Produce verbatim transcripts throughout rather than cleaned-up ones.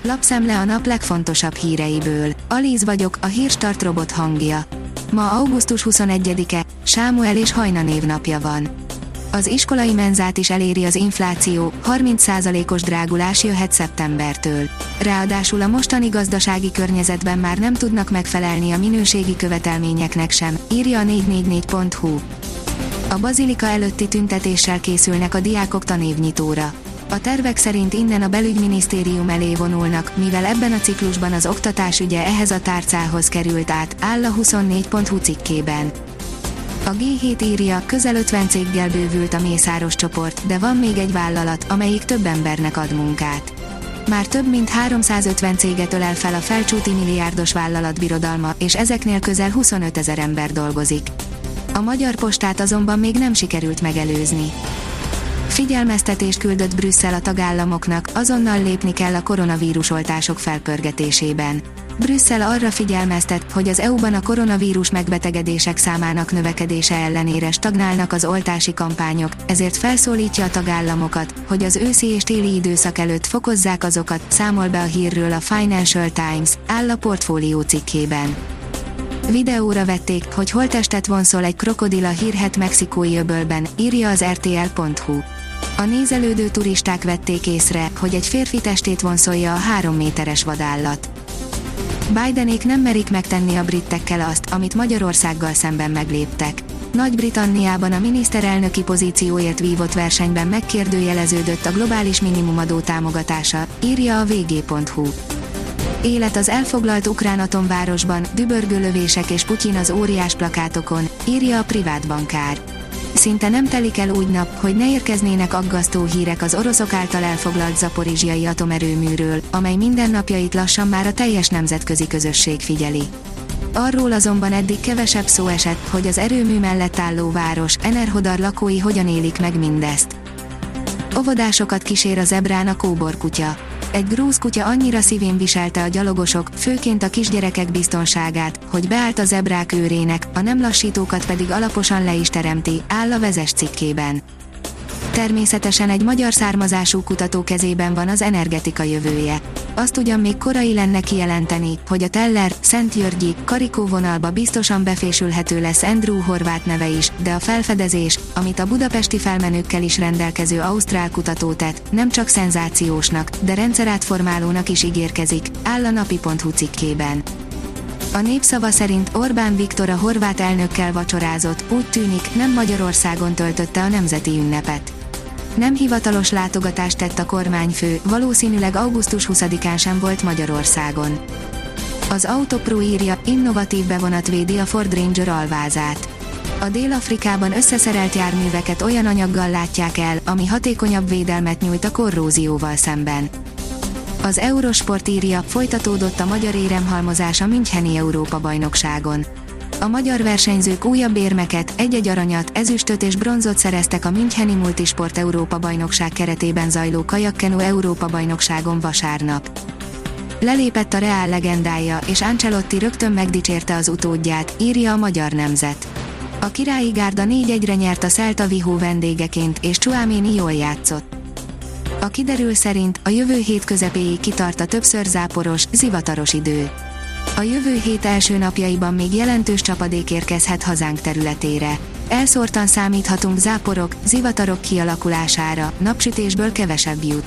Lapszemle a nap legfontosabb híreiből. Alíz vagyok, a Hírstart robot hangja. Ma augusztus huszonegyedike, Sámuel és Hajna névnapja van. Az iskolai menzát is eléri az infláció, harminc százalékos drágulás jöhet szeptembertől. Ráadásul a mostani gazdasági környezetben már nem tudnak megfelelni a minőségi követelményeknek sem, írja a négy négy négy pont hu. A bazilika előtti tüntetéssel készülnek a diákok tanévnyitóra. A tervek szerint innen a belügyminisztérium elé vonulnak, mivel ebben a ciklusban az oktatás ügye ehhez a tárcához került át, áll a huszonnégy pont hu cikkében. A gé hét írja, közel ötven céggel bővült a Mészáros csoport, de van még egy vállalat, amelyik több embernek ad munkát. Már több mint háromszázötven céget ölel fel a felcsúti milliárdos vállalatbirodalma, és ezeknél közel huszonötezer ember dolgozik. A Magyar Postát azonban még nem sikerült megelőzni. Figyelmeztetést küldött Brüsszel a tagállamoknak, azonnal lépni kell a koronavírus oltások felpörgetésében. Brüsszel arra figyelmeztet, hogy az é u-ban a koronavírus megbetegedések számának növekedése ellenére stagnálnak az oltási kampányok, ezért felszólítja a tagállamokat, hogy az őszi és téli időszak előtt fokozzák azokat, számol be a hírről a Financial Times, áll a Portfólió cikkében. Videóra vették, hogy holttestet vonszol egy krokodil a hírhedt mexikói öbölben, írja az er té el pont hu. A nézelődő turisták vették észre, hogy egy férfi testét vonszolja a három méteres vadállat. Bidenék nem merik megtenni a britekkel azt, amit Magyarországgal szemben megléptek. Nagy-Britanniában a miniszterelnöki pozícióért vívott versenyben megkérdőjeleződött a globális minimumadó támogatása, írja a vé gé pont hu. Élet az elfoglalt ukrán atomvárosban, dübörgő lövések és Putyin az óriás plakátokon, írja a privát bankár. Szinte nem telik el úgy nap, hogy ne érkeznének aggasztó hírek az oroszok által elfoglalt zaporizsiai atomerőműről, amely mindennapjait lassan már a teljes nemzetközi közösség figyeli. Arról azonban eddig kevesebb szó esett, hogy az erőmű mellett álló város, Enerhodar lakói hogyan élik meg mindezt. Óvodásokat kísér a zebrán a kóborkutya. Egy grúz kutya annyira szívén viselte a gyalogosok, főként a kisgyerekek biztonságát, hogy beállt a zebrák őrének, a nem lassítókat pedig alaposan le is teremti, áll a Vezes cikkében. Természetesen egy magyar származású kutató kezében van az energetika jövője. Azt ugyan még korai lenne kijelenteni, hogy a Teller, Szentgyörgyi, Karikó vonalba biztosan befésülhető lesz Andrew Horváth neve is, de a felfedezés, amit a budapesti felmenőkkel is rendelkező ausztrál kutató tett, nem csak szenzációsnak, de rendszerátformálónak is ígérkezik, áll a napi pont hu cikkében. A Népszava szerint Orbán Viktor a horvát elnökkel vacsorázott, úgy tűnik, nem Magyarországon töltötte a nemzeti ünnepet. Nem hivatalos látogatást tett a kormányfő, valószínűleg augusztus huszadikán sem volt Magyarországon. Az Autopro írja, innovatív bevonat védi a Ford Ranger alvázát. A Dél-Afrikában összeszerelt járműveket olyan anyaggal látják el, ami hatékonyabb védelmet nyújt a korrózióval szemben. Az Eurosport írja, folytatódott a magyar éremhalmozás a Müncheni Európa-bajnokságon. A magyar versenyzők újabb érmeket, egy-egy aranyat, ezüstöt és bronzot szereztek a Müncheni Multisport Európa-bajnokság keretében zajló kajakkenu Európa-bajnokságon vasárnap. Lelépett a Real legendája, és Ancelotti rögtön megdicsérte az utódját, írja a Magyar Nemzet. A királyi gárda négy egyre nyert a Celta Vigo vendégeként, és Tchouaméni jól játszott. A kiderül szerint a jövő hét közepéig kitart a többször záporos, zivataros idő. A jövő hét első napjaiban még jelentős csapadék érkezhet hazánk területére. Elszórtan számíthatunk záporok, zivatarok kialakulására, napsütésből kevesebb jut.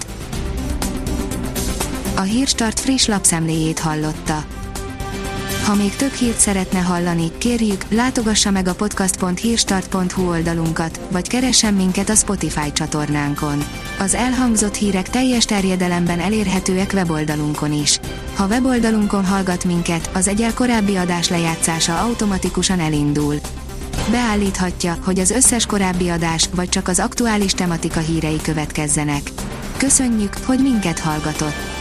A Hírstart friss lapszemléjét hallotta. Ha még több hírt szeretne hallani, kérjük, látogassa meg a podcast pont hírstart pont hu oldalunkat, vagy keressen minket a Spotify csatornánkon. Az elhangzott hírek teljes terjedelemben elérhetőek weboldalunkon is. Ha weboldalunkon hallgat minket, az egyel korábbi adás lejátszása automatikusan elindul. Beállíthatja, hogy az összes korábbi adás, vagy csak az aktuális tematika hírei következzenek. Köszönjük, hogy minket hallgatott!